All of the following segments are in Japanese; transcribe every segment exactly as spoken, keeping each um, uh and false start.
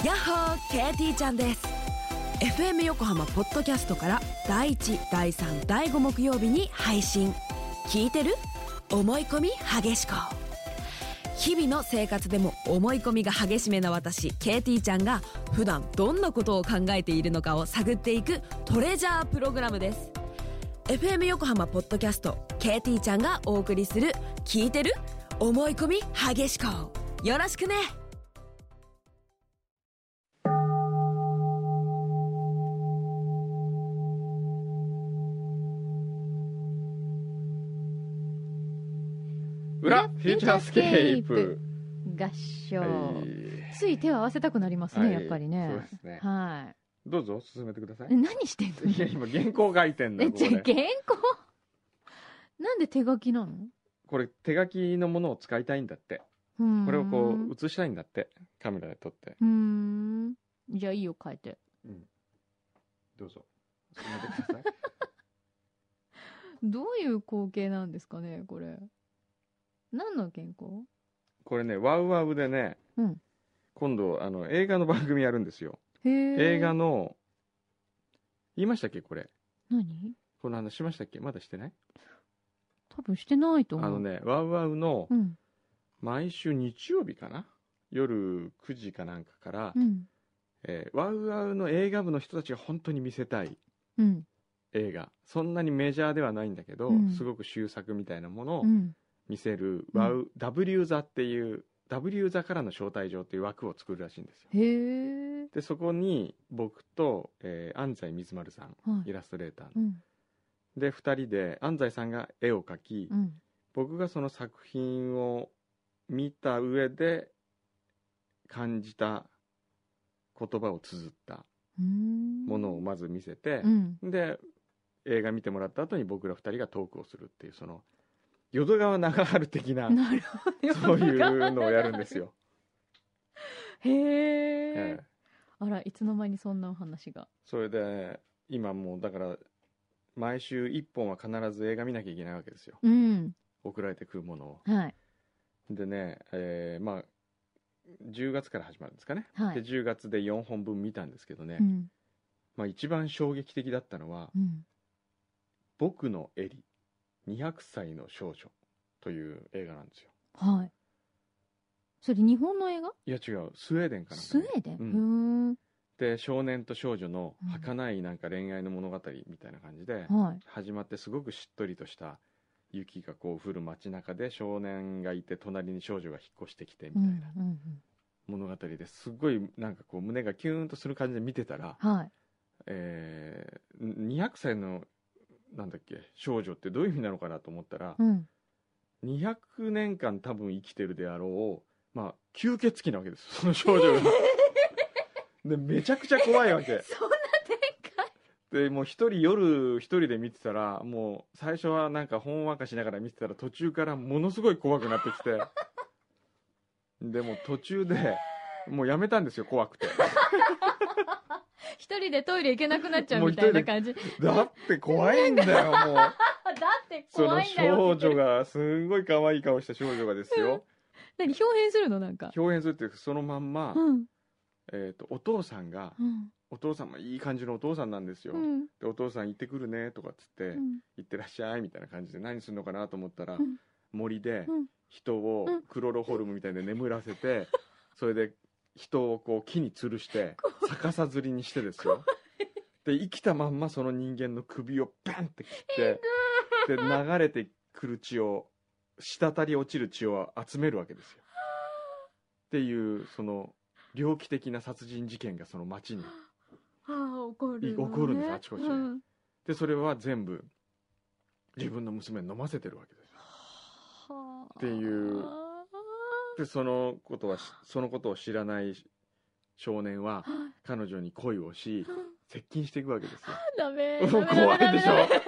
やっほー ケーティー ちゃんです。 エフエム 横浜ポッドキャストからだいいち、だいさん、だいご木曜日に配信。聞いてる？思い込み激しこ。日々の生活でも思い込みが激しめな私 ケーティー ちゃんが普段どんなことを考えているのかを探っていくトレジャープログラムです。 エフエム 横浜ポッドキャスト ケーティー ちゃんがお送りする聞いてる？思い込み激しこ。よろしくね。 裏フューチャースケープ合唱、 はい、 つい手を合わせたくなりますね、 はい、 やっぱりね。 そうですね。 はい。 どうぞ進めてください。 何してんの？ いや今原稿書いてんだよ。 え、じゃ原稿？なんで手書きなの？ これ手書きのものを使いたいんだって。これをこう写したいんだって。カメラで撮って。 うーん。じゃあいいよ、書いて。 うん。どうぞ進めてください。 どういう光景なんですかね、これ。何の原稿？ これね、ワウワウでね、うん、今度あの映画の番組やるんですよ。 へー。 映画の言いましたっけこれ？ 何？ この話しましたっけ？まだしてない？ 多分してないと思う。 あのね、ワウワウの、 うん、 毎週日曜日かな、夜くじかなんかから、 うん、 えー、ワウワウの映画部の人たちが本当に見せたい映画、うん、そんなにメジャーではないんだけど、うん、すごく秀作みたいなものを見せる、うん、ワウ W 座っていう W 座からの招待状っていう枠を作るらしいんですよ。 へー。 でそこに僕と、えー、安西水丸さん、はい、イラストレーターの、うん、でふたりで安西さんが絵を描き、うん、僕がその作品を見た上で感じた言葉を綴ったものをまず見せて、うん、で映画見てもらった後に僕らふたりがトークをするっていう、その淀川長春的なそういうのをやるんですよ。 へえ、ええ、あら、いつの間にそんなお話が。 それで今もうだから毎週いっぽんは必ず映画見なきゃいけないわけですよ、うん、送られてくるものを、はい、でね、えー、まあじゅうがつから始まるんですかね、はい、でじゅうがつでよんほんぶん見たんですけどね、うん、まあ、一番衝撃的だったのは、うん、僕のエリにひゃくさいの少女という映画なんですよ。 はい。それ日本の映画？ いや違う、スウェーデンかな、ね、 スウェーデン、うん、 で少年と少女の儚いなんか恋愛の物語みたいな感じで始まって、すごくしっとりとした雪がこう降る街中で少年がいて隣に少女が引っ越してきてみたいな物語で、すごいなんかこう胸がキューンとする感じで見てたら、はい、えー、にひゃくさいのなんだっけ少女ってどういう意味なのかなと思ったら、うん、にひゃくねんかん多分生きてるであろう、まあ吸血鬼なわけです、その少女が。でめちゃくちゃ怖いわけ。 そんな展開でもう一人夜一人で見てたら、もう最初はなんかほんわかしながら見てたら途中からものすごい怖くなってきてでも途中でもうやめたんですよ、怖くて。 一人でトイレ行けなくなっちゃうみたいな感じ。 だって怖いんだよもう。だって怖いんだよ。 その少女がすんごい可愛い顔した少女がですよ。 何表現するの？なんか表現するっていうか、そのまんま、うん、えーと、お父さんが、うん、お父さんもいい感じのお父さんなんですよ、うん、でお父さん行ってくるねとかっつって、うん、行ってらっしゃいみたいな感じで何するのかなと思ったら、うん、森で人をクロロホルムみたいで眠らせて、それで人をこう木に吊るして逆さ吊りにしてですよ。で生きたまんまその人間の首をバンって切ってで流れてくる血を、滴り落ちる血を集めるわけですよ。っていうその猟奇的な殺人事件がその町に、はあ、起こる、ね、 起こるんです、あちこちで、うん、でそれは全部自分の娘に飲ませてるわけですよ、はあ、っていうで、そのことはそのことを知らない少年は彼女に恋をし接近していくわけですよ。 ダメもう怖いでしょ。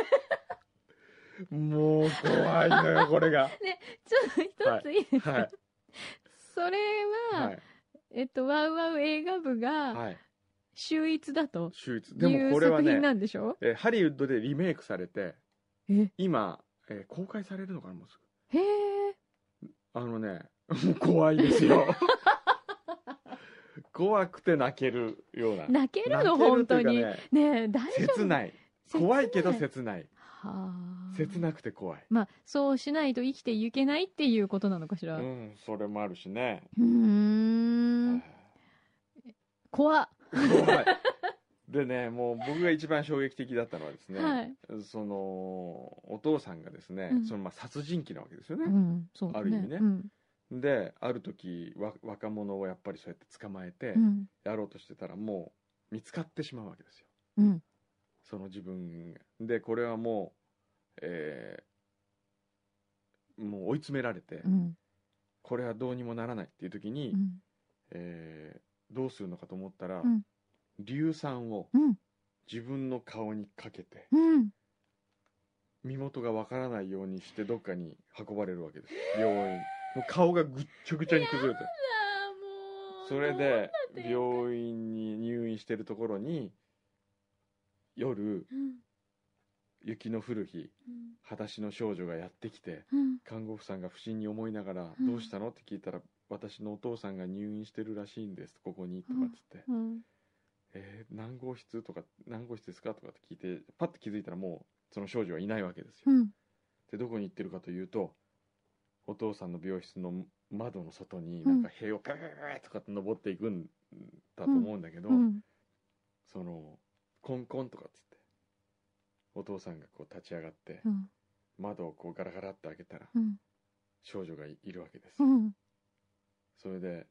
もう怖いのよこれが。 ね、ちょっと一ついいですか、はいはい、それは、はい、えっとワウワウ映画部が秀逸だという作品なんでしょ。 えハリウッドでリメイクされて、え今、えー、公開されるのかな、もうすぐ。へえ。あのね、もう怖いですよ。 怖くて泣けるような。 泣けるの本当に。ねえ、大丈夫？ 切ない。怖いけど切ない。はあ。切なくて怖い。 まあ、そうしないと生きていけないっていうことなのかしら。 うん、それもあるしね。 うーん。怖っ。 怖い。でね、もう僕が一番衝撃的だったのはですね、 はい、 そのお父さんがですね、うん、そのまあ殺人鬼なわけですよね、 うん、そうね、 ある意味ね、 うん、 である時わ若者をやっぱりそうやって捕まえてやろうとしてたらもう見つかってしまうわけですよ、うん、その自分でこれはもう、えー、もう追い詰められて、うん、これはどうにもならないっていう時に、うん、えー、どうするのかと思ったら、うん、硫酸を自分の顔にかけて、うん、身元がわからないようにしてどっかに運ばれるわけです、病院。もう顔がぐっちゃぐちゃに崩れてる。それで病院に入院してるところに夜、うん、雪の降る日、うん、裸足の少女がやってきて、うん、看護婦さんが不審に思いながら、うん、どうしたのって聞いたら、私のお父さんが入院してるらしいんですここにとかっつって、うん、えー、何号室とか何号室ですかとかって聞いてパッと気づいたらもうその少女はいないわけですよ、うん、でどこに行ってるかというと、お父さんの病室の窓の外になんか塀をペーとかって登っていくんだと思うんだけど、うん、そのコンコンとかっつってお父さんがこう立ち上がって、うん、窓をこうガラガラって開けたら、うん、少女が い, いるわけです、うん、それで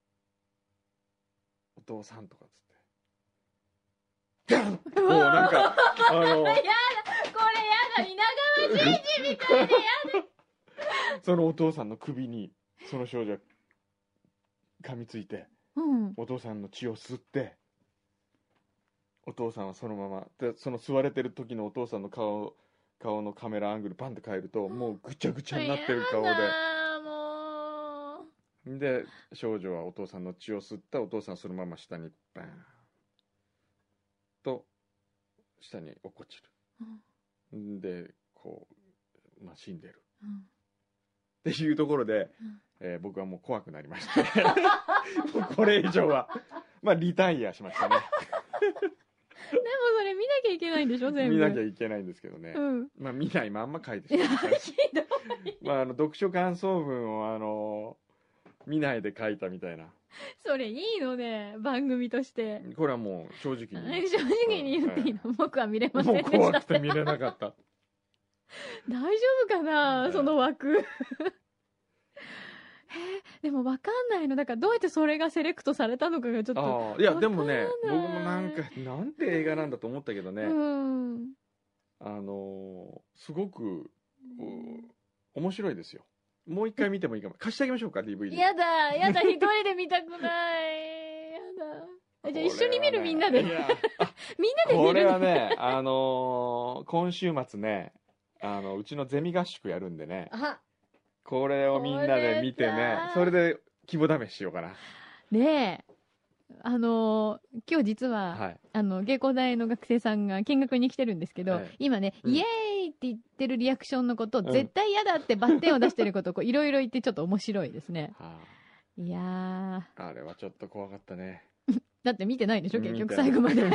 お父さんとかっつってもうなんかあのやだ、これやだ、稲川淳二みたいでやだそのお父さんの首にその少女が噛みついて、うん、お父さんの血を吸って、お父さんはそのままで、その吸われてる時のお父さんの顔顔のカメラアングルパンって変えると、もうぐちゃぐちゃになってる顔で、もうで少女はお父さんの血を吸った、お父さんはそのまま下にバーンと下に落っこちる、うん、でこう、まあ、死んでる、うん、っていうところで、うん、えー、僕はもう怖くなりましてもうこれ以上はまあリタイアしましたねでもそれ見なきゃいけないんでしょ、全部。 見なきゃいけないんですけどね、うん、まあ見ないまんま書いてしまったしまああの読書感想文をあの見ないで書いたみたいな。 それいいのね、番組として。 これはもう正直に正直に言っていいの、うん、僕は見れませんでした。 もう怖くて見れなかった大丈夫かな、その枠でも分かんないのだから、どうやってそれがセレクトされたのかがちょっと。 あ、いやでもね、僕もなんかなんて映画なんだと思ったけどね、うん、あのすごく面白いですよ。もう一回見てもいいかも。貸してあげましょうか ディーブイディー。 やだやだ、一人で見たくないやだ。じゃあ一緒に見る、みんなでみんなで見る。 これはね、あのー、今週末ね、あのうちのゼミ合宿やるんでね、あ、これをみんなで見てね、それで肝試ししようかな。 ねえ、あのー、今日実は、はい、あの芸工大の学生さんが見学に来てるんですけど、はい、今ね、うん、イエーイって言ってるリアクションのこと、うん、絶対嫌だってバッテンを出してることをいろいろ言ってちょっと面白いですね、はあ、いやー、 あれはちょっと怖かったねだって見てないでしょ、結局最後まで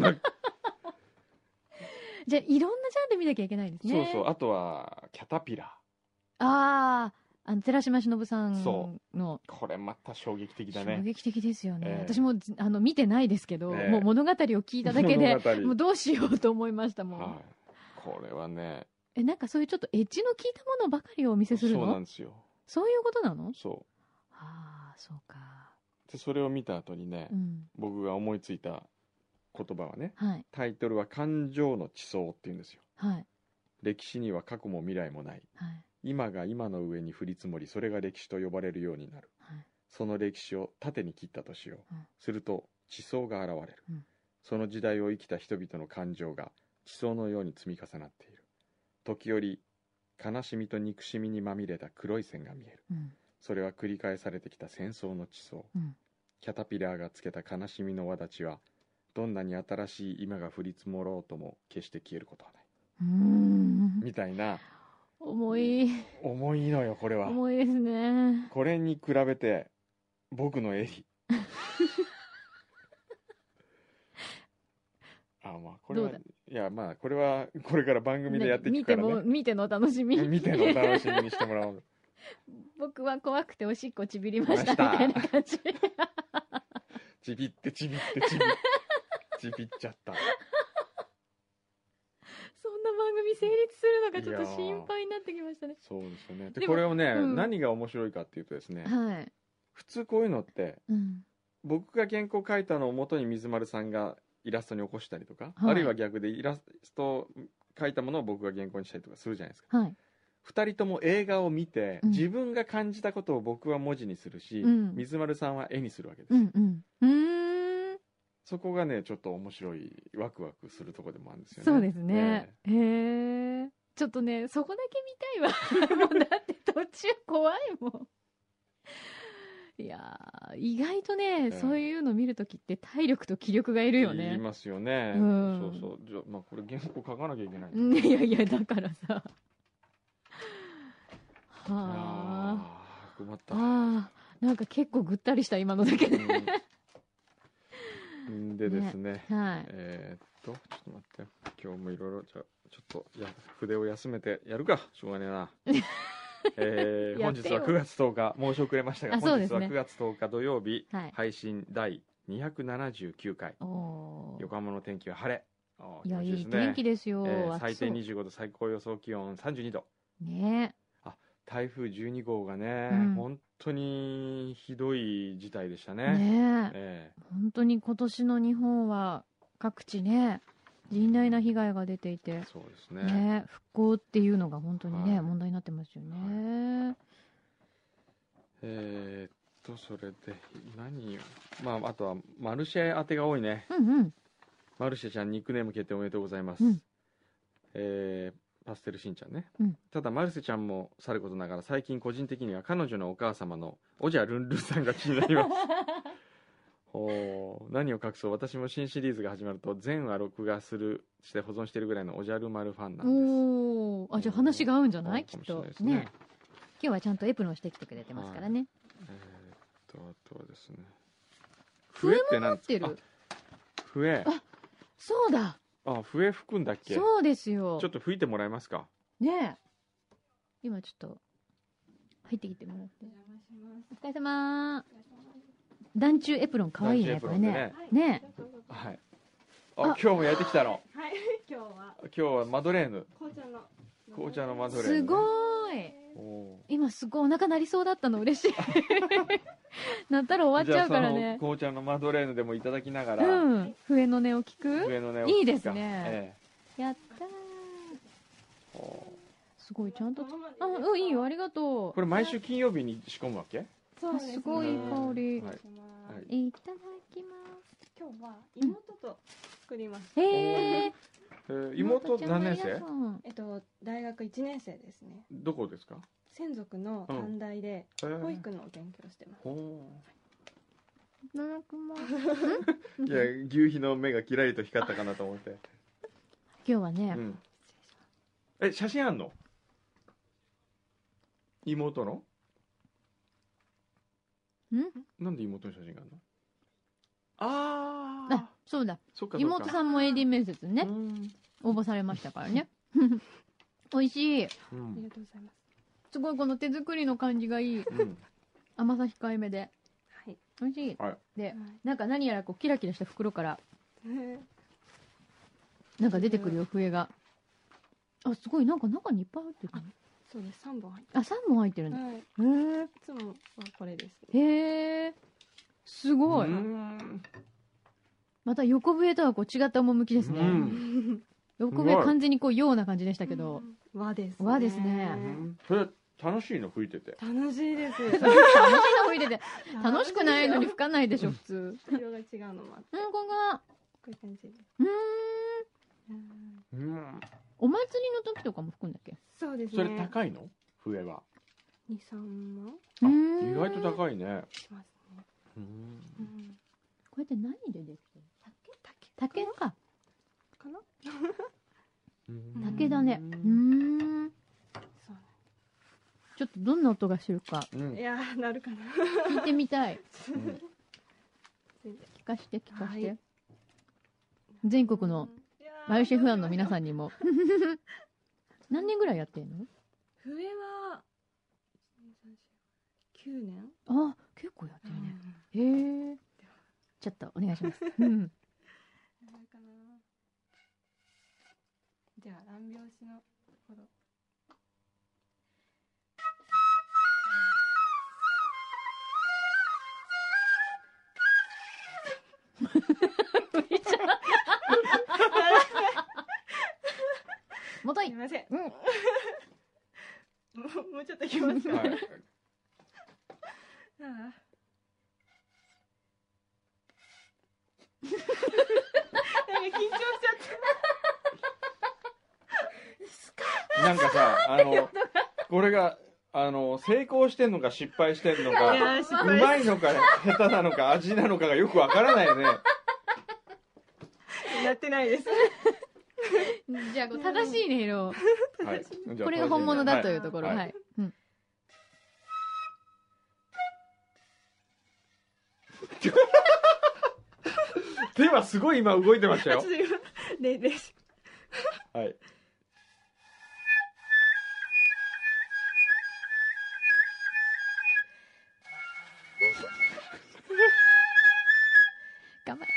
じゃあいろんなジャンル見なきゃいけないですね。 そうそう、あとはキャタピラー。 ああ、あの寺島しのぶさんの、 これまた衝撃的だね。 衝撃的ですよね、えー、私もあの見てないですけど、えー、もう物語を聞いただけでもうどうしようと思いましたもん、はい、 これはね、 え、なんかそういうちょっとエッジの効いたものばかりをお見せするの？ そうなんですよ。 そういうことなの？ そう。 ああ、そうか。 でそれを見た後にね、うん、僕が思いついた言葉はね、はい、タイトルは感情の地層っていうんですよ、はい、歴史には過去も未来もない、はい、今が今の上に降り積もり、それが歴史と呼ばれるようになる、はい、その歴史を縦に切ったとしよう、うん、すると地層が現れる、うん、その時代を生きた人々の感情が地層のように積み重なっている。時折悲しみと憎しみにまみれた黒い線が見える、うん、それは繰り返されてきた戦争の地層、うん、キャタピラーがつけた悲しみの輪立ちはどんなに新しい今が降り積もろうとも決して消えることはない、うーん、みたいな。 重い重いのよこれは。 重いですね。 これに比べて僕のエリこれは、いや、まあ、これは、これから番組でやっていくからね。 見ても、見ての楽しみ。 見ての楽しみにしてもらおう。 僕は怖くておしっこちびりましたみたいな感じ。 ちびってちびってちびちびっちゃった。 そんな番組成立するのかちょっと心配になってきましたね。 そうですよね。で、これをね、うん、何が面白いかっていうとですね、はい、普通こういうのって、うん、僕が原稿書いたのを元に水丸さんがイラストに起こしたりとか、はい、あるいは逆でイラストを書いたものを僕が原稿にしたりとかするじゃないですか。はい、ふたりとも映画を見て、うん、自分が感じたことを僕は文字にするし、うん、水丸さんは絵にするわけです。うんうんうーん、そこがねちょっと面白いワクワクするところでもあるんですよね。 そうですね。えー、へえ。ちょっとねそこだけ見たいわ。もうだって途中怖いもん。いや意外とね、えー、そういうの見るときって体力と気力がいるよね。 言いますよね。うん、そうそう。じゃまあこれ原稿書かなきゃいけない。 いやいやだからさ。はあ。 困った。 ああ、なんか結構ぐったりした今のだけで。 うん、でですね。ね、はい。えー、っとちょっと待って。今日もいろいろじゃちょっとや筆を休めてやるか。しょうがねえな。えー、本日はくがつとおか申し遅れましたが、本日はくがつとおか土曜日、はい、配信だいにひゃくななじゅうきゅうかい。横浜の天気は晴れ。 いや、いい天気ですよ。 えー、最低にじゅうごど、最高予想気温さんじゅうにど。 ね。 あ、台風じゅうにごうがね、うん、本当にひどい事態でしたね。 ねえー、本当に今年の日本は各地ね、甚大な被害が出ていて、 そうですね。 ね、復興っていうのが本当にね、はい、問題になってますよね。はい、 えー、っとそれで何、まああとはマルシェ当てが多いね。 うんうん。 マルシェちゃんニックネーム決定おめでとうございます。うん、えー、パステルしんちゃんね。うん、ただマルセちゃんもさることながら最近個人的には彼女のお母様のおじゃるんるんさんが気になります。お何を隠そう、私も新シリーズが始まると全話録画するして保存してるぐらいのおじゃる丸ファンなんです。 おー、あ、じゃあ話が合うんじゃない、きっと ね, ね。今日はちゃんとエプロンしてきてくれてますからね。 えー、っとあとはですね、 笛も持ってる。 笛、 あ、そうだ。 あ、笛吹くんだっけ。 そうですよ。 ちょっと吹いてもらえますか。 ねえ、今ちょっと入ってきてもらって。お疲れ様。団中エプロン可愛いね、これね。ね。 はい。あ、今日も焼いてきたの。 はい、今日は。 今日はマドレーヌ。 紅茶の。 紅茶のマドレーヌ。 すごい。今すごいお腹鳴りそうだったの嬉しい。鳴ったら終わっちゃうからね。 紅茶のマドレーヌでもいただきながら。 うん。笛の音を聞く。 笛の音を聞く。 いいですね。やったー。すごいちゃんと。あ、うん、いいよ、ありがとう。 これ毎週金曜日に仕込むわけ？ そうです。 すごいいい香り。 はい 、いただきます。 今日は妹と作りました。 へえ。 妹何年生？ えっと大学いちねんせいですね。 どこですか？ 専属の短大で保育の勉強してます。 いただきます。 いや、牛皮の目がキラリと光ったかなと思って。 今日はね。 え、写真あんの？妹の？ ん？ なんで妹の写真があるの？ああ、そうだ。妹さんも エーディー 面接ね、応募されましたからね。美味しい。 ありがとうございます。 すごいこの手作りの感じがいい。甘さ控えめで。 はい。 美味しい。で、なんか何やらこうキラキラした袋からなんか出てくるよ、笛が。あ、すごい、なんか中にいっぱい入ってる。 そうです、さんぼん入ってる。 あ、さんぼん入ってるんだ。へえ。 いつもはこれです。 へえ。すごい。また横笛とはこう違った趣ですね。横笛完全にこうような感じでしたけど。 和です。 和ですね。 それ楽しいの吹いてて。 楽しいです。 楽しいの吹いてて。楽しくないのに吹かないでしょ普通。 色が違うのもあって。 うん、ここが。 こういう感じです。 うん。お祭りの時とかも吹くんだっけ？ そうですね。 それ高いの？笛は。 に、さんまん。 あ、意外と高いね。 しますね。 うん。これって何でできてる？竹？竹か。 かな？ 竹だね。うん。ちょっとどんな音がするか。 いやー、なるかな。 聞いてみたい。聞かして聞かして。全国のマルシェファンの皆さんにも。何年ぐらいやってんの？ 笛はきゅうねん。 あ、結構やってるね。うん、へえ。ちょっとお願いします。うん。 じゃあ乱拍子のほど。 もとい。 すみません。 うん。 もうもうちょっといきますか。はい。ああ。なんか緊張しちゃった。なんかさ、あのこれがあの成功してんのか失敗してんのか、うまいのか下手なのか味なのかがよくわからないよね。 やってないです。 じゃあ正しい音色を、はい、これが本物だというところ、はい、はい、うん。 手はすごい今動いてましたよ。 でではい。 頑張れ。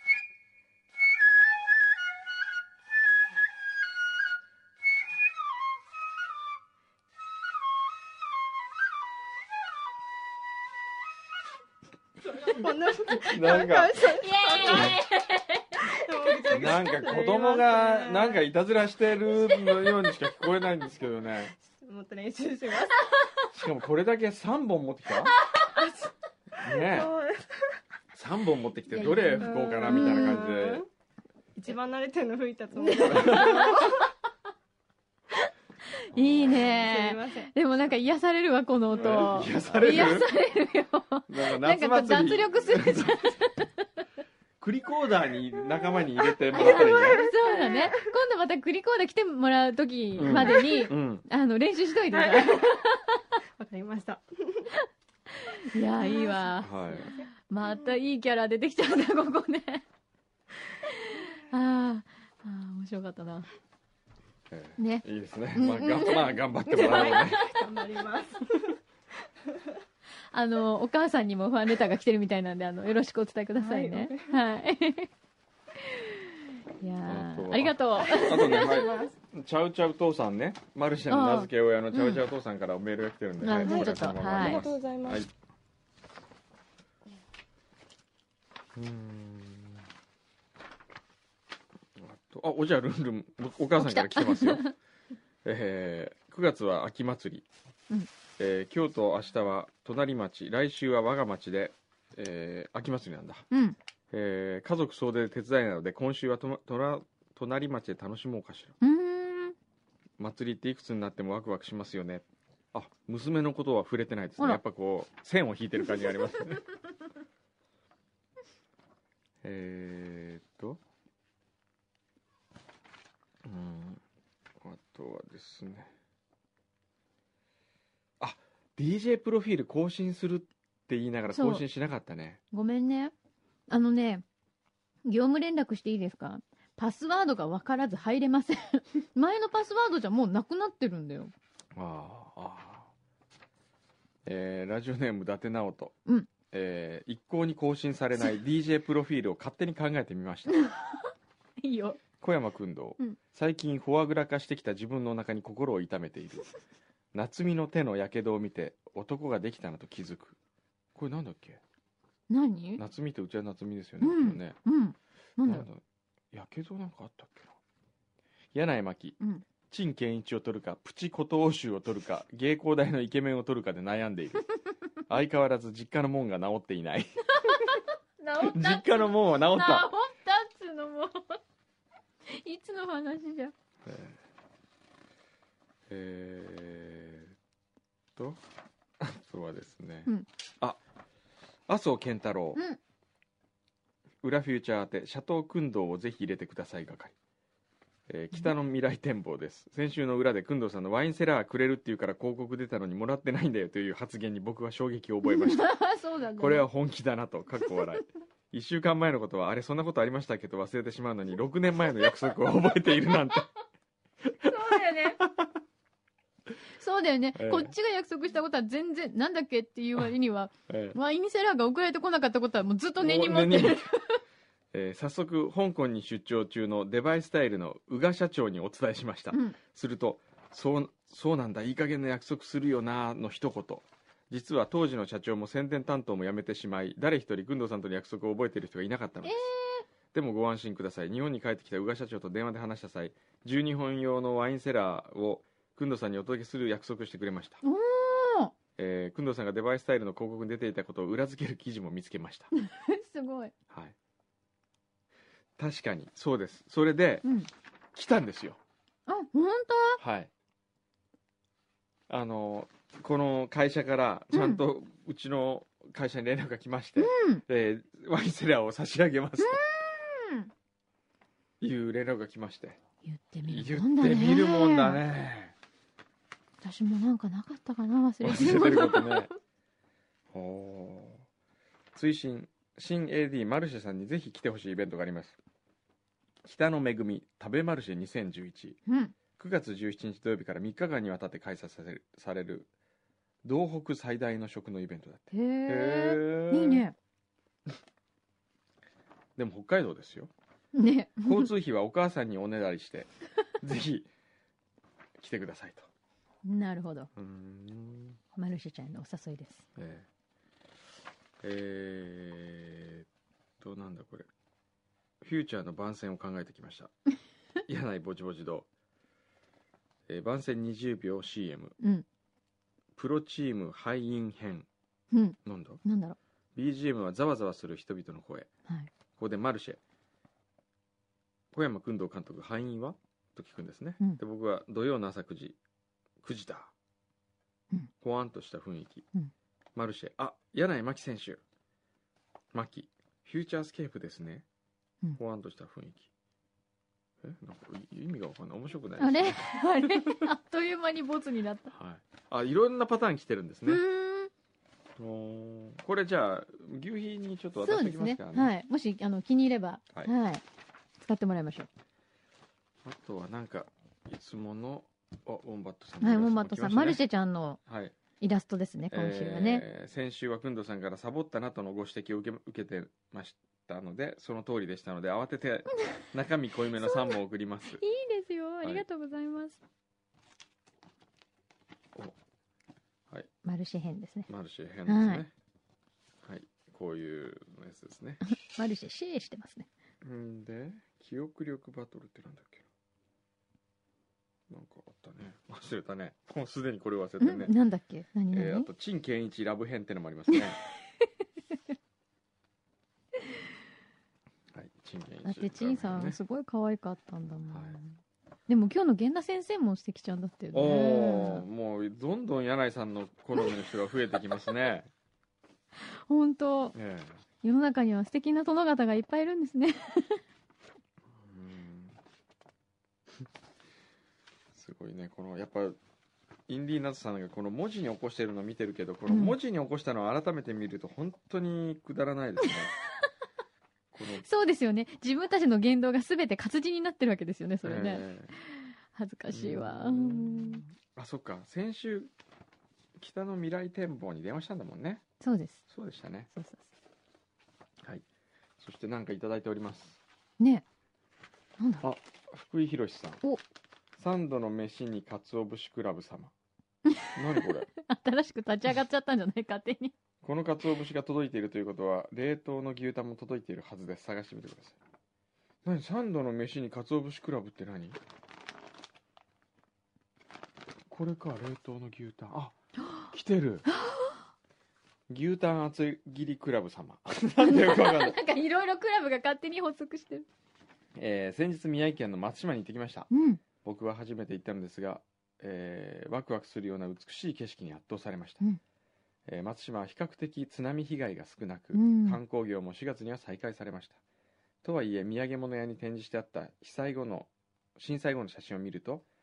なんかなんか子供がなんかいたずらしてるのようにしか聞こえないんですけどね。 もっと練習します。 しかもこれだけさんぼん持ってきたねえ、さんぼん持ってきてどれ吹こうかなみたいな感じで。 一番慣れてるの吹いたと思う。 いいね。でもなんか癒されるわこの音。 癒される。 癒されるよ。なんか脱力するじゃん。 クリコーダーに仲間に入れてもらったらいいね。 そうだね。今度またクリコーダー来てもらう時までに、うん、あの練習しといて。わかりました。 いやいいわ。はい。またいいキャラ出てきたんだここね。ああ、面白かったな。ね。 いいですね。まあ、がまあ、頑張ってもらおうね。 頑張ります。 あの、お母さんにもファンレターが来てるみたいなんで、あの、よろしくお伝えくださいね。はい。いやありがとう。あとね、はい。チャウチャウ父さんね。マルシェの名付け親のチャウチャウ父さんからメールが来てるんで、 はい。もうちょっと。 ありがとうございます。 うん。あ、おじゃルンルン、お母さんから来てますよ。えー、くがつは秋祭り、うんえー、今日と明日は隣町、来週は我が町で、えー、秋祭りなんだ、うんえー、家族総出で手伝いなので今週はとと隣町で楽しもうかしら。うーん祭りっていくつになってもワクワクしますよね。あ、娘のことは触れてないですね。やっぱこう線を引いてる感じがありますね。えーっとうんあとはですね、あ ディージェー プロフィール更新するって言いながら更新しなかったね。 ごめんね。あのね、業務連絡していいですか？パスワードが分からず入れません。前のパスワードじゃもうなくなってるんだよ。 ああ、えー、ラジオネーム伊達直人、 うんえー、一向に更新されない ディージェー プロフィールを勝手に考えてみました。 いいよ。 小山君堂、うん、最近フォアグラ化してきた自分の中に心を痛めている。夏美の手のやけどを見て男ができたなと気づく。これなんだっけ？ 何？ 夏美ってうちは夏美ですよね。 うん、ねうん、なんだろう。やけどなんかあったっけな。柳井真紀、うん、陳健一を取るかプチ古東州を取るか芸工大のイケメンを取るかで悩んでいる。相変わらず実家の門が治っていない。実家の門は治った。 治ったっつのもいつの話じゃ。えー、 えー、とあとはですね、うん、あ麻生健太郎、うん、裏フューチャー宛てシャトークンドーをぜひ入れてください係。えー、北の未来展望です。先週の裏で工藤さんのワインセラーくれるっていうから広告出たのにもらってないんだよという発言に僕は衝撃を覚えました。 そうだね、 これは本気だなとかっこ笑い。 いっしゅうかんまえのことはあれそんなことありましたっけと忘れてしまうのにろくねんまえの約束を覚えているなんてそうだよねそうだよね、 ええ、 こっちが約束したことは全然なんだっけっていう割には、ええ、ワインセラーが送られてこなかったことはもうずっと根に持ってる、 えー、早速香港に出張中のデバイスタイルの宇賀社長にお伝えしました、うん、するとそうそうなんだいい加減な約束するよなの一言。実は当時の社長も宣伝担当も辞めてしまい誰一人工藤さんとの約束を覚えている人がいなかったのです、えー、でもご安心ください。日本に帰ってきた宇賀社長と電話で話した際じゅうにほん用のワインセラーを工藤さんにお届けする約束をしてくれました。お、えー、工藤さんがデバイスタイルの広告に出ていたことを裏付ける記事も見つけましたすごい、 はい、確かにそうです。それで、うん、来たんですよ。 あ、本当？ はい。あのこの会社からちゃんとうちの会社に連絡が来まして、うん、えー、ワインセラーを差し上げますと、うん、いう連絡が来まして、 言ってみるもんだね。 言ってみるもんだね。 私もなんかなかったかな、忘れてる忘れてることねお追伸新 エーディー マルシェさんにぜひ来てほしいイベントがあります。北の恵み食べマルシェにせんじゅういち、うん、くがつじゅうしちにち土曜日からみっかかんにわたって開催される、される道北最大の食のイベントだって。へえ、いいねでも北海道ですよね交通費はお母さんにおねだりしてぜひ来てくださいと。 なるほど。うーん、マルシェちゃんのお誘いです。えー、えー、となんだこれ、フューチャーの番宣を考えてきました柳井ぼちぼち堂、えー、番宣にじゅうびょう シーエム、うん、プロチーム敗因編、うん、なんだなんだろう。 ビージーエム はざわざわする人々の声、はい、ここでマルシェ小山薫堂監督敗因はと聞くんですね、うん、で僕は土曜の朝くじくじだ、うん、ほわんとした雰囲気、うん、マルシェ、あ、柳井真紀選手、真紀フューチャースケープですね、うん、ほわんとした雰囲気、え、なんか意味が分かんない、面白くないですね。 あれあれあっという間にボツになった、 はい、あ、いろんなパターン来てるんですね。うーん、これじゃあ牛皮にちょっと渡しておきますからね。 そうですね、はい、もしあの気に入れば、はい、はい、使ってもらいましょう。 あとはなんかいつものあ、ウォンバットさん、 はい、ウォンバットさん、マルシェちゃんのイラストですね、はい、今週はね、 えー、先週は工藤さんからサボったなとのご指摘を受け、受けてましたので、その通りでしたので慌てて中身濃いめのさんぼん送ります。いいですよ、ありがとうございます、 はい、はい、 マルシェ編ですね。 マルシェ編ですね、はい、はい、こういうやつですねマルシェシェーしてますね。 んで記憶力バトルってなんだっけ、なんかあったね、忘れたね、もうすでにこれ忘れてね。 んなんだっけ、何々、 えー、あと陳健一ラブ編ってのもありますねはい、陳健一、 だって陳さんすごい可愛かったんだもん、はい、でも今日の源田先生も素敵ちゃんだったよね。 お、もうどんどん柳井さんの好みの人が増えてきますね本当、ええ、世の中には素敵な殿方がいっぱいいるんですねすごいね、このやっぱインディーナツさんがこの文字に起こしてるのを見てるけど、この文字に起こしたのを改めて見ると本当にくだらないですねこのそうですよね、自分たちの言動が全て活字になってるわけですよね、それね、えー、恥ずかしいわ。うん、 あ、そっか、先週北の未来展望に電話したんだもんね。 そうです、 そうでしたね。 そうそうそう、はい、そして何かいただいておりますね。なんだ、 あ、福井博さん、お、三度の飯に鰹節クラブ様何これ新しく立ち上がっちゃったんじゃない、勝手に。 この鰹節が届いているということは冷凍の牛タンも届いているはずです。探してみてください。何、三度の飯に鰹節クラブって何、これか、冷凍の牛タン、あ、来てる牛タン厚切りクラブ様なんでよくわかんないなんかいろいろクラブが勝手に発足してる。 えー、先日宮城県の松島に行ってきました、うん、僕は初めて行ったのですが、えー、ワクワクするような美しい景色に圧倒されました、うん、えー、松島は比較的津波被害が少なく、うん、観光業もしがつには再開されました。とはいえ土産物屋に展示してあった被災後の震災後の写真を見ると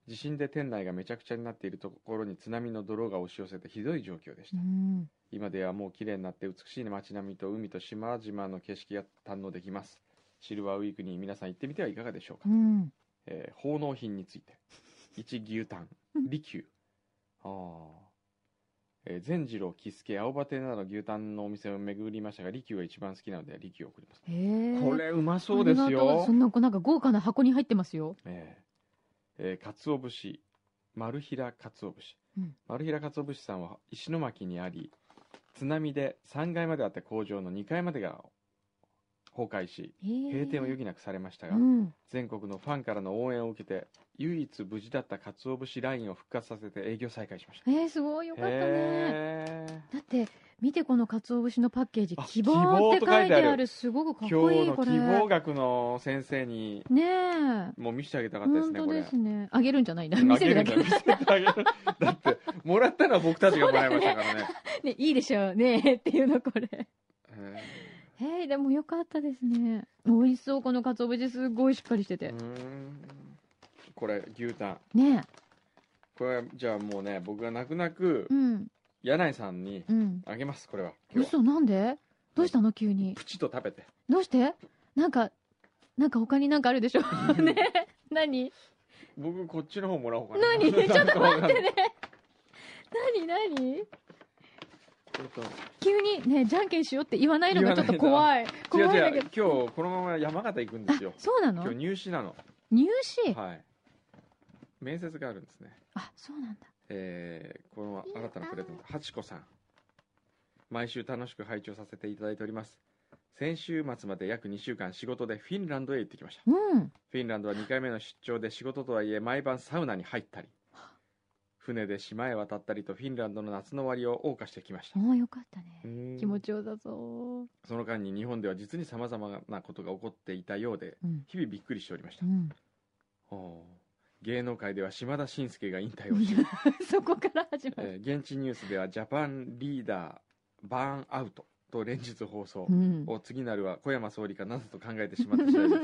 地震で店内がめちゃくちゃになっているところに津波の泥が押し寄せてひどい状況でした。うん、今ではもう綺麗になって美しい街並みと海と島々の景色が堪能できます。シルバーウィークに皆さん行ってみてはいかがでしょうか。うん、えー、奉納品についていち牛タン利休、ああ、えー、善次郎喜助青葉亭など牛タンのお店を巡りましたが利休が一番好きなので利休を送ります。へこれうまそうですよ。 そんななんか豪華な箱に入ってますよ。 えーえー、鰹節丸平鰹節、うん、丸平鰹節さんは石巻にあり、津波でさんがいまであった工場のにかいまでが崩壊し閉店を余儀なくされましたが、うん、全国のファンからの応援を受けて唯一無事だった鰹節ラインを復活させて営業再開しました。 えー、すごいよかったね。だって見てこの鰹節のパッケージ、希望って書いてある。すごくかっこいい。 今日の希望学の先生にねもう見せてあげたかったですね。 本当ですね。あげるんじゃないんだ。見せるだけ。見せてあげる。 だってもらったのは僕たちがもらいましたからね。 ね、いいでしょうねっていうのこれ。えー、でもよかったですね。美味しそう。この鰹節すごいしっかりしてて。うーん、 これ牛タンね。 これじゃあもうね、僕が泣く泣く、うん、柳井さんにあげます、うん、これは。 嘘、なんで？どうしたの急に。 プチッと食べて。 どうして？なんかなんか他になんかあるでしょね。何？ 僕こっちの方もらおうかな。 何？ちょっと待ってね。何何？急にね、じゃんけんしようって言わないのがちょっと怖い。怖いんだけど。 今日このまま山形行くんですよ。 そうなの？ 今日入試なの。 入試？ はい。面接があるんですね。 あ、そうなんだ。 えー、この新たなプレゼント、はちこさん。毎週楽しく拝聴させていただいております。先週末まで約にしゅうかん仕事でフィンランドへ行ってきました。うん、フィンランドはにかいめの出張で仕事とはいえ毎晩サウナに入ったり、船で島へ渡ったりとフィンランドの夏の終わりを謳歌してきました。 おー、よかったね。気持ちよさそう。 その間に日本では実にさまざまなことが起こっていたようで、うん、日々びっくりしておりました。うん、お芸能界では島田紳介が引退をしそこから始まる、 えー、現地ニュースではジャパンリーダーバーンアウトと連日放送、うん、を次なるは小山総理かなどと考えてしまった次第です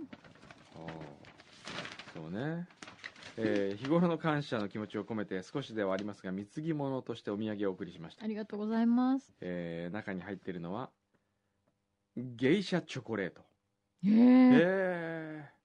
そうね、えー、日頃の感謝の気持ちを込めて少しではありますが貢ぎ物としてお土産をお送りしました。 ありがとうございます、 えー、中に入っているのはゲイシャチョコレート。 へえー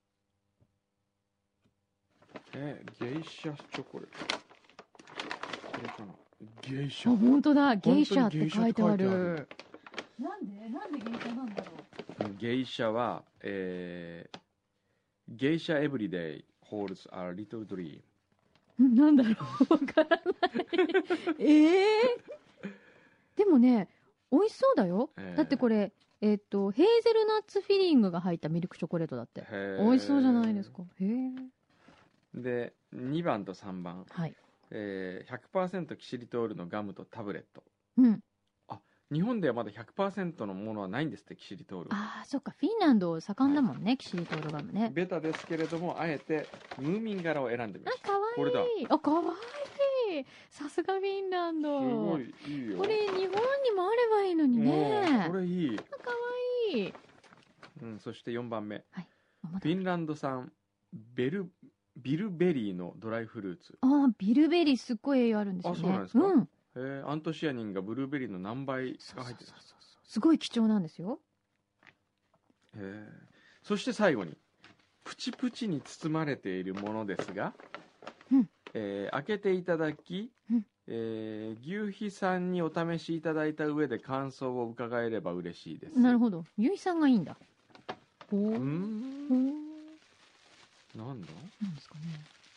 えー、ゲイシャチョコレート。これかな。ゲイシャ。 あ、本当だ。ゲイシャって書いてある。なんでなんでゲイシャなんだろう。ゲイシャは、えー、ゲイシャエブリデイ holds a little dream。 なんだろう。わからない。ええー、でもね、美味しそうだよ。えー、だってこれ、えっと、ヘーゼルナッツフィリングが入ったミルクチョコレートだって。美味しそうじゃないですか。へえ。 でにばんとさんばん、はい、えー、ひゃくパーセント キシリトールのガムとタブレット、うん、あ、日本ではまだ ひゃくパーセント のものはないんですって。キシリトール。 ああ、そっか、フィンランド盛んだもんね、はい、キシリトールガムね。 ベタですけれどもあえてムーミン柄を選んでみました。 あ、かわいい。 これだ。 あ、かわいい。さすがフィンランド。 すごいいいよ。 これ日本にもあればいいのにね。 これいい。 かわいい。 うん、そしてよんばんめ、はい、フィンランド産ベルビルベリーのドライフルーツ。 ああ、ビルベリーすっごい栄養あるんですよね。 あ、そうなんですか。うん、へえ、アントシアニンがブルーベリーの何倍が入ってる。 すごい貴重なんですよ。 へえ。そして最後にプチプチに包まれているものですが、うん、えー、開けていただき、うん、えー、牛皮さんにお試しいただいた上で感想を伺えれば嬉しいです。 なるほど。牛皮さんがいいんだ。 ほーん。なんだ？ なんですかね。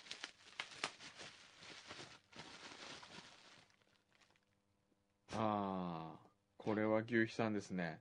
ああ、これは牛皮さんですね。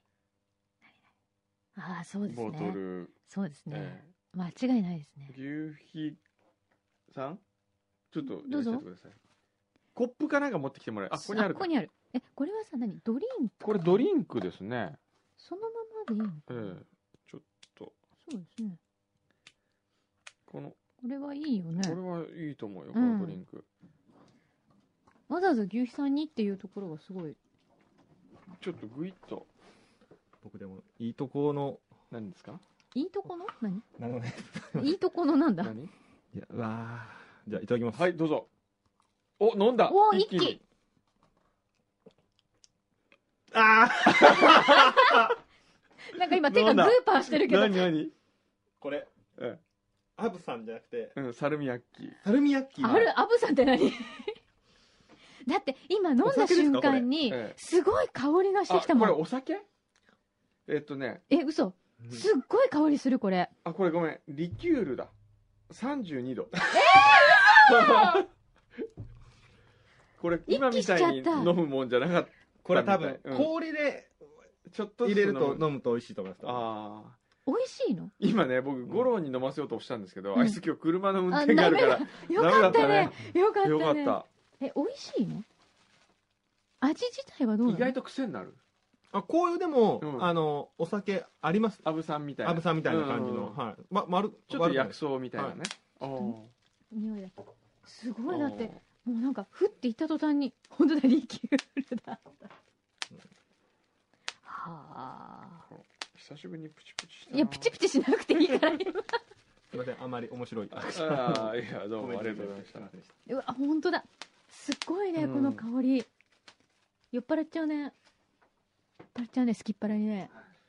何？ああ、そうですね。 ボトル。 そうですね。えー、間違いないですね。 牛皮さん、ちょっといらっしゃってください。コップかなんか持ってきてもらえ。あ、ここにある。 ここにある。え、これはさ、何？ドリンク？ これドリンクですね。 そのままでいいの？ ええ、ちょっと。 そうですね。 このこれはいいよね。 これはいいと思うよ、このドリンク。 わざわざ牛皮さんにっていうところがすごい。 ちょっとグイッと。 僕でもいいとこの何ですか？ いいとこの何？ なのね。 いいとこのなんだ？ 何？ いや、うわー、じゃあいただきます。 はい、どうぞ。お、飲んだ。 お、一気。 あーなんか今手がグーパーしてるけど。 何何これ、うん。アブさんじゃなくて、 うん、サルミヤッキ。 サルミヤッキ。 ある、アブさんって何だって今飲んだ瞬間に、すごい香りがしてきたもん。 これお酒？えっとね。 え、嘘。すっごい香りする、これ。 あ、これごめん。リキュールだ。さんじゅうにど。えーこれ今みたいに飲むもんじゃなかった。 これ多分、氷でちょっと入れると飲むと美味しいと思います。 ああ。 美味しいの？ 今ね、僕、五郎に飲ませようとしたんですけど、あいつ今日車の運転があるから。 よかったね。よかったね。 よかった。 え、美味しいの？味自体はどうなの？ 意外と癖になる。 あ、こういうでも、あの、お酒あります。 アブさんみたいな。 アブさんみたいな感じの。はい。ま、丸、 ちょっと薬草みたいなね。 匂いだ。すごい、だって、もうなんか、ふって言った途端に、本当だ、リキュールだった。はあ。 久しぶりにプチプチした。 いや、プチプチしなくていいから、今。 すみません、あまり面白い。 ああ、いや、どうもありがとうございました。 うわ、本当だ。すっごいね、この香り。酔っ払っちゃうね。酔っ払っちゃうね、すきっ腹にね。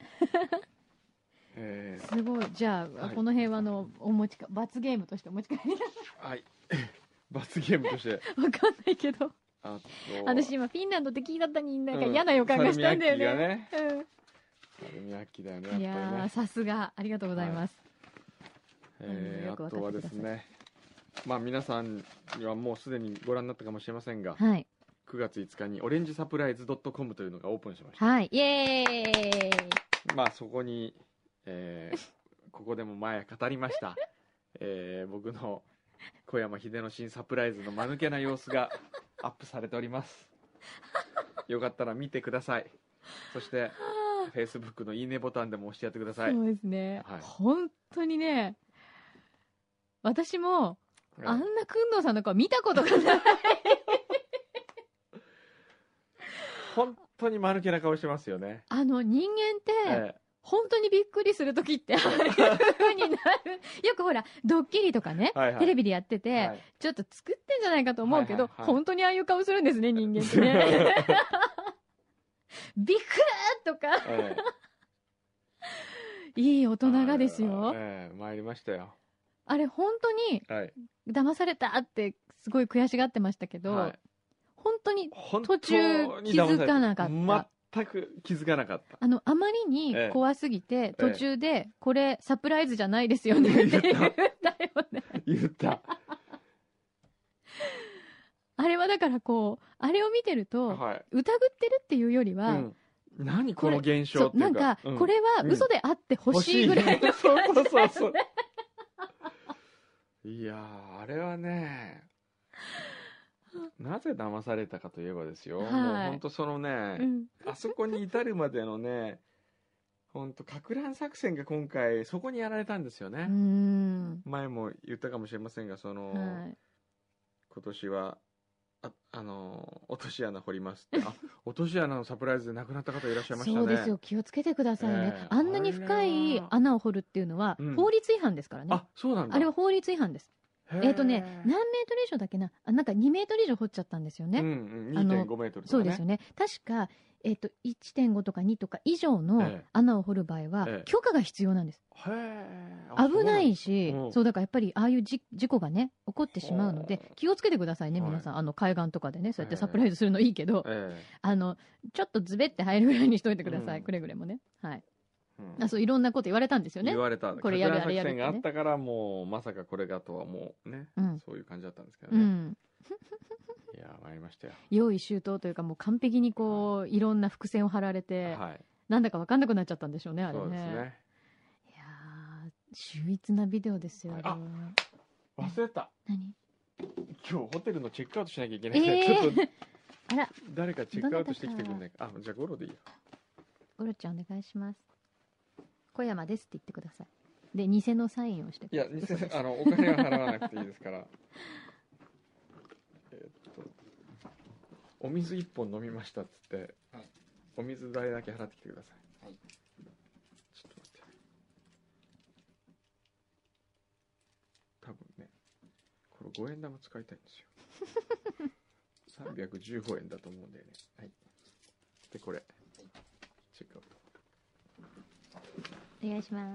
すごい。じゃあ、この辺は、あの、お持ちか、罰ゲームとしてお持ち帰り。 はい。罰ゲームとして。 わかんないけど。私今、フィンランドって聞いたったに、なんか嫌な予感がしたんだよね。 サルミヤッキだよね。 いやー、さすが、ありがとうございます。 えー、あとはですね、まあ皆さんにはもうすでにご覧になったかもしれませんが、 はい、 くがついつかにオレンジサプライズドットコムというのがオープンしました。 はい、イエーイ。 まあそこに、えー、ここでも前語りました、えー、僕の小山秀之進サプライズの間抜けな様子がアップされております。よかったら見てください。そしてフェイスブックのいいねボタンでも押してやってください。 そうですね。はい、本当にね、私も、あんな工藤さんの顔見たことがない。 本当に間抜けな顔してますよね。 あの、人間って、ええ、本当にびっくりするときって、ああいう風になる。よくほら、ドッキリとかね、はいはい、テレビでやってて、はい、ちょっと作ってんじゃないかと思うけど、はいはいはい、本当にああいう顔するんですね、人間ってね。びっくーとか、ええ、いい大人がですよ。 ええ、参りましたよ。 あれ本当に騙されたってすごい悔しがってましたけど、はい、本当に途中気づかなかった。 全く気づかなかった。 あのあまりに怖すぎて、ええ、途中でこれサプライズじゃないですよねって言ったよね。 言った。 あれはだからこうあれを見てると、はい、疑ってるっていうよりは、うん、 何この現象っていうか、 なんか、うん、これは嘘であってほしいぐらいの、 うん、そうそうそうそういやー、あれはね、なぜ騙されたかといえばですよ、はい、もう本当そのね、うん、あそこに至るまでのね、本当か乱作戦が今回そこにやられたんですよね。うん、前も言ったかもしれませんが、その、はい、今年はあ、あの落とし穴掘りますって、あ、落とし穴のサプライズで亡くなった方いらっしゃいましたね。 そうですよ、気をつけてくださいね。えー、あんなに深い穴を掘るっていうのは法律違反ですからね。うん、 あ、そうなんだ。 あれは法律違反です。えっとね、何メートル以上だっけな、あ、なんかにメートル以上掘っちゃったんですよね。うんうん、にてんごメートルとかね。 そうですよね。確か、えっと、いってんごとかにとか以上の穴を掘る場合は、許可が必要なんです。へー、危ないし、そう、そうだからやっぱりああいう事故がね、起こってしまうので、気をつけてくださいね、皆さん。あの、海岸とかでね、そうやってサプライズするのいいけど、あの、ちょっとズベって入るぐらいにしといてください、うん、くれぐれもね。はい。うん、あ、そう、いろんなこと言われたんですよね。 言われた。これやるあれやるって、ね。作戦があったから、もう、まさかこれがとはもうね、うん、そういう感じだったんですけどね。うん、いや、参りましたよ。 用意周到というか、もう完璧にこう、はい、いろんな伏線を張られて、はい、なんだか分かんなくなっちゃったんでしょうね、あれね。そうですね。いやー、秀逸なビデオですよ。 あ、忘れた。 何？ 今日ホテルのチェックアウトしなきゃいけないから、えー、ちょっと、 あら、 誰かチェックアウトしてきてくんないか。あ、じゃあゴロでいいよ。 ゴロちゃんお願いします。小山ですって言ってください。で、偽のサインをしてください。いや、偽、あの、お金は払わなくていいですから。えっと、お水一本飲みましたっつって、はい、お水代だけ払ってきてください。はい、ちょっと待って。多分ね、 ごえん玉使いたいんですよ。さんびゃくじゅうごえんだと思うんだよね。はい。で、これ。チェックアウト。お願いします。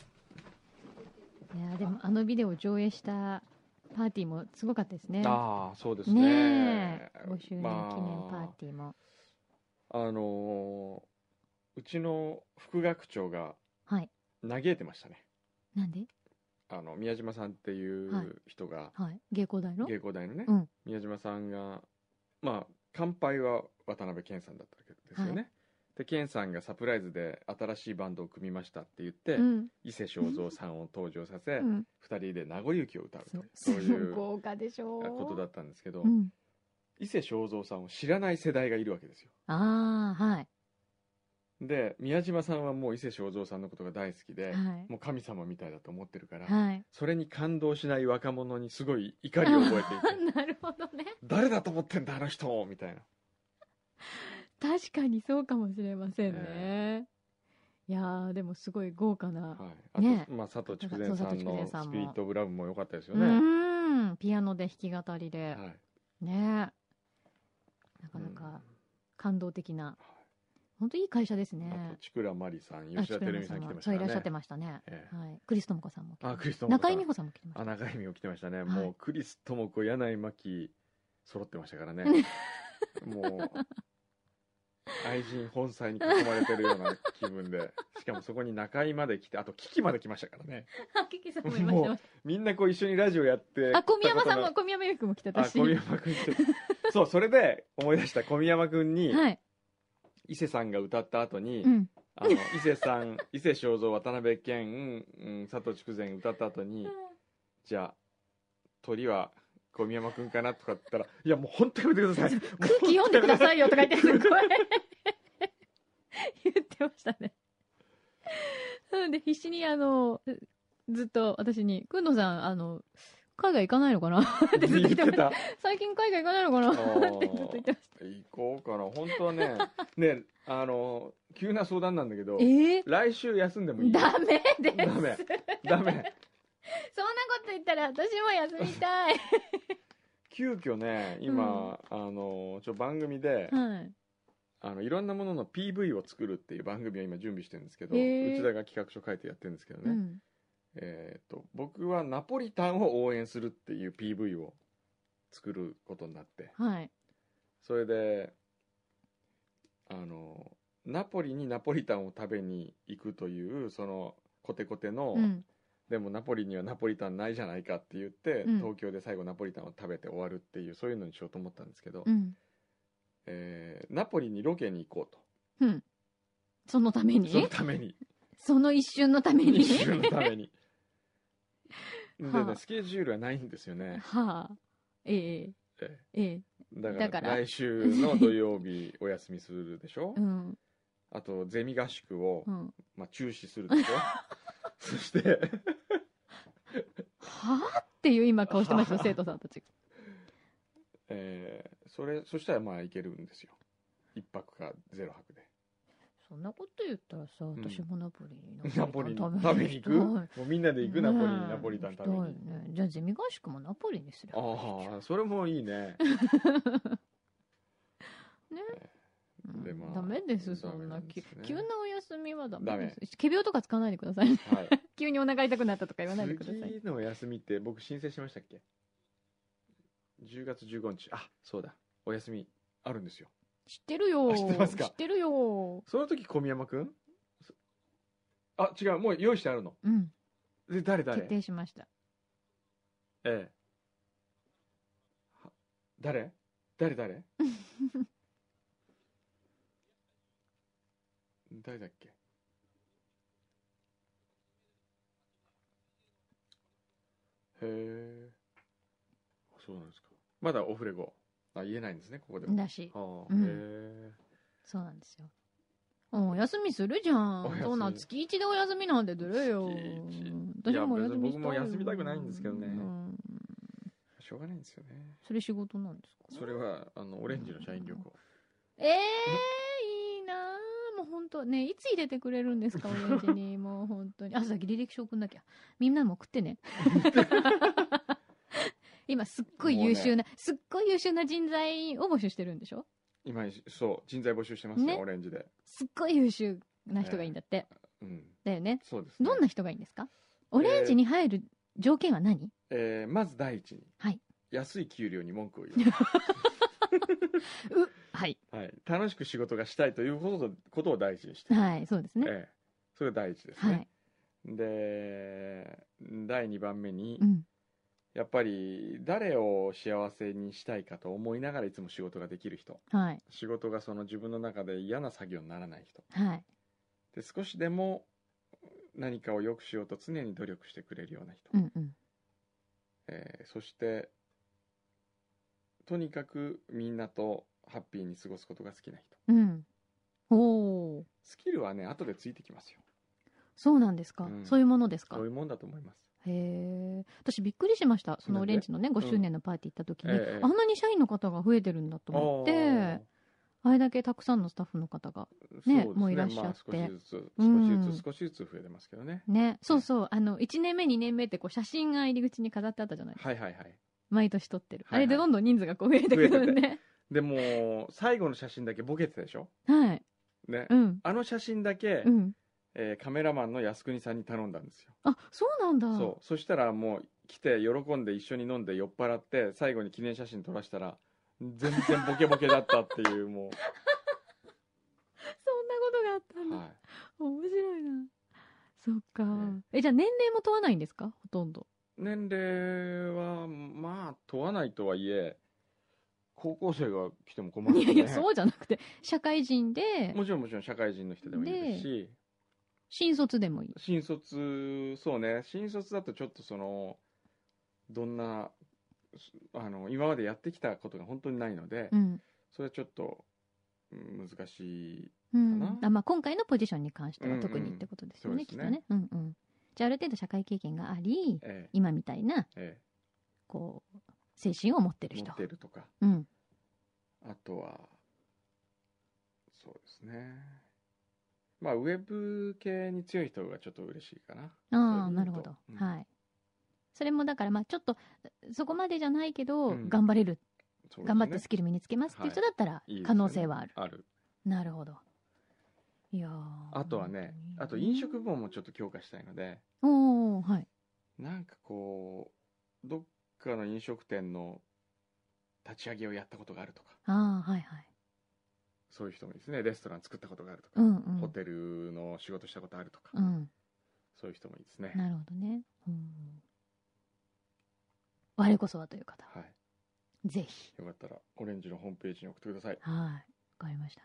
いやでもあのビデオを上映したパーティーもすごかったですね。 ああ、そうですね。 ねえ。ごしゅうねん記念パーティーも。 まあ、あのー、うちの副学長が嘆いてましたね。 はい、なんで？ あの宮島さんっていう人が、 はいはい、芸工大の芸工大のね、 うん、 宮島さんがまあ乾杯は渡辺謙さんだったわけですよね、はい、で謙さんがサプライズで新しいバンドを組みましたって言って、うん、伊勢正三さんを登場させ、うん、ふたりで名残雪を歌うという、 そういう豪華でしょうことだったんですけど、 うん、 伊勢正三さんを知らない世代がいるわけですよ。 ああ、はい。 で宮島さんはもう伊勢正三さんのことが大好きで、はい、もう神様みたいだと思ってるから、はい、それに感動しない若者にすごい怒りを覚えていてなるほどね。 誰だと思ってんだあの人みたいな。 確かにそうかもしれませんね、えー、いやーでもすごい豪華な、はい、 あと、ね、まあ、佐藤筑前さんのスピリットオブラブも良かったですよね。 うんピアノで弾き語りで、はい、ねなかなか感動的な、本当いい会社ですね。 あと、千倉まりさん、吉田照美さん来てましたね。 そう、いらっしゃってましたね。ええ、はい。クリス智子さんも来てました。 あ、クリス智子さん。 中井美穂さんも来てました。 あ、中井美穂来てましたね。はい、もう、クリス智子、柳井真紀、揃ってましたからね。もう、愛人本妻に囲まれてるような気分で。しかもそこに中井まで来て、あと、キキまで来ましたからね。 あ、キキさんもいました。 みんなこう一緒にラジオやって。 あ、小宮山さんも、小宮山由紀も来てたし。 あ、小宮山くん来てた。そう、それで思い出した小宮山くんに、はい。伊勢さんが歌った後に、うん、あの伊勢さん伊勢正三渡辺謙、うん、佐藤筑前歌った後に、うん、じゃあ鳥は小宮山くんかなとかって言ったら、いやもう本当にやめてください空気読んでくださいよとか言ってすごい言ってましたね。なので必死にあのずっと私にくんのさんあの海外行かないのかなってずっと言ってました。最近海外行かないのかなってずっと言ってました。 行こうかな。本当はね、ね、あの、急な相談なんだけど、 えー、 来週休んでもいい？ ダメです。 ダメ。ダメ。そんなこと言ったら私も休みたい。 急遽ね、今、うん、あの、ちょ番組で、はい、あの、いろんなものの ピーブイ を作るっていう番組を今準備してるんですけど、えー、内田が企画書書いてやってるんですけどね。うんえー、と僕はナポリタンを応援するっていう ピーブイ を作ることになって、 はい、 それであのナポリにナポリタンを食べに行くというそのコテコテの、うん、でもナポリにはナポリタンないじゃないかって言って、うん、東京で最後ナポリタンを食べて終わるっていうそういうのにしようと思ったんですけど、 うんえー、ナポリにロケに行こうと、 うん、そのためにそのためにその一瞬のために一瞬のためにでね、はあ、スケジュールはないんですよね。 はあ、えええええ、 だから来週の土曜日お休みするでしょ、 うん、 あとゼミ合宿を、うんまあ、中止するでしょそしてはあっていう今顔してました生徒さんたち、 えー、それそしたらまあいけるんですよ、一泊かゼロ泊で。 そんなこと言ったらさ、私もナポリにナポリに食べに行く？もうみんなで行く、ナポリにナポリタン食べに。 ね、じゃあゼミ合宿もナポリにする。 ああ、それもいいね。 ね、でまあ、ダメです、そんな、ね、急なお休みはダメです。仮病とかつかないでくださいね。はい、急にお腹痛くなったとか言わないでください。 次のお休みって僕申請しましたっけ？じゅうがつじゅうごにち、あ、そうだ、お休みあるんですよ。 知ってるよ。 知ってますか？ 知ってるよ。 その時小宮山くん？あ、違う、もう用意してあるの。 うん。 で、誰誰？ 決定しました。 ええ。誰？誰誰？誰だっけ？へえ。そうなんですか。まだオフレコ。あ、言えないんですね、ここでも。 だし。 はあ、うん、へえ。 そうなんですよ。お休みするじゃん。そんな月一でお休みなんてずるいよ。 私もお休み僕も休みたくないんですけどね。うん、しょうがないんですよね。 それ仕事なんですか？ それはあのオレンジの社員旅行。 ええー、いいなぁ。もう本当ね、いつ入れてくれるんですか、オレンジに。もう本当に。あ、さっき履歴書送んなきゃ。みんなも送ってね。 今すっごい優秀な、ね、すっごい優秀な人材を募集してるんでしょ？ 今、そう、人材募集してますよ、ね、オレンジで。 すっごい優秀な人がいいんだって。 えー、うん。 だよね。 そうですね。 どんな人がいいんですか？オレンジに入る条件は何？ えー、まず第一に。 はい。 安い給料に文句を言う。 う、はい。 はい。楽しく仕事がしたいということことを第一にして。 はい、そうですね。 ええ。それが第一ですね。はい。で、だいにばんめに、うん、やっぱり誰を幸せにしたいかと思いながらいつも仕事ができる人。はい。仕事がその自分の中で嫌な作業にならない人。はい。で、少しでも何かを良くしようと常に努力してくれるような人。うんうん。えー、そして、とにかくみんなとハッピーに過ごすことが好きな人。うん。おー。スキルはね、後でついてきますよ。 そうなんですか、うん、そういうものですか？ そういうもんだと思います。 へえ。私びっくりしました。そのオレンジのね、ごしゅうねんのパーティー行った時に、うんええ、あんなに社員の方が増えてるんだと思って、あれだけたくさんのスタッフの方がね、ねもういらっしゃって。まあ、少しずつ、少しずつ、少しずつ増えてますけどね。 ね、そうそう。あの、いちねんめ、にねんめってこう写真が入り口に飾ってあったじゃないですか。はいはいはい。毎年撮ってる。はいはい、あれでどんどん人数がこう増えてくるんで。 でも、最後の写真だけボケてたでしょ？ はい。 ね。うん。あの写真だけ、うん。えー、カメラマンの靖国さんに頼んだんですよ。 あ、そうなんだ。 そう。そしたらもう来て喜んで一緒に飲んで酔っ払って最後に記念写真撮らせたら全然ボケボケだったっていうもう。そんなことがあったんだ。はい。面白いな。そっか。ね、え、じゃあ年齢も問わないんですか？ほとんど。 年齢はまあ問わないとはいえ、高校生が来ても困る、ね。 いやいや、そうじゃなくて、社会人で。 もちろんもちろん社会人の人でもいいですし。 新卒でもいい。 新卒、そうね。新卒だとちょっとその、どんな、あの、今までやってきたことが本当にないので、うん、それはちょっと、うん、難しいかな。うん、 あまあ、今回のポジションに関しては特にってことですよね、うんうん、きっとね。うんうん。じゃあ、ある程度社会経験があり、ええ、今みたいな、ええ、こう、精神を持ってる人。 持ってるとか。うん。あとは、そうですね。まあ、ウェブ系に強い人がちょっと嬉しいかな。 ああ、なるほど、うん。はい。それもだから、まあ、ちょっと、そこまでじゃないけど、うん、頑張れる、ね。頑張ってスキル身につけますっていう人だったら、可能性はある。はい、いいですね。ある。なるほど。いやあとはね、あと飲食部門もちょっと強化したいので。 おー、はい。 なんかこう、どっかの飲食店の立ち上げをやったことがあるとか。 ああ、はいはい。 そういう人もいいですね。レストラン作ったことがあるとか、うんうん、ホテルの仕事したことあるとか、うん、そういう人もいいですね。 なるほどね。うん、我こそはという方、はい、ぜひよかったらオレンジのホームページに送ってください。 はい、わかりました。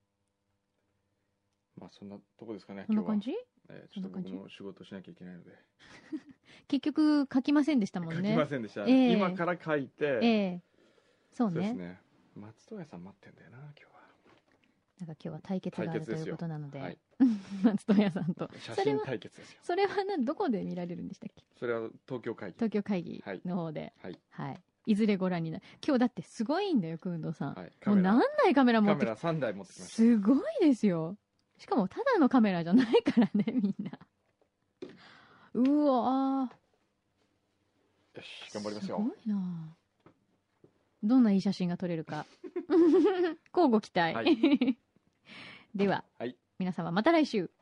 まあそんなとこですかね。 そんな感じ？ えー、ちょっと僕も仕事しなきゃいけないので。 結局書きませんでしたもんね。 書きませんでした。えー、今から書いて。ええー、そうね。 そうですね。松任谷さん待ってんだよな今日は。 なんか今日は対決があるということなので、はい、松任谷さんと写真対決ですよ。 それは何どこで見られるんでしたっけ？ それは東京会議。 東京会議の方で、はい、はいはい、いずれご覧になる。今日だってすごいんだよ、工藤さん。はい、もう何台カメラ持ってきて。 カメラさんだい持ってきました。 すごいですよ。しかもただのカメラじゃないからね、みんな。うわよし、頑張りますよ。 すごいな。どんないい写真が撮れるか。交互期待。はいでは、はい、皆様また来週。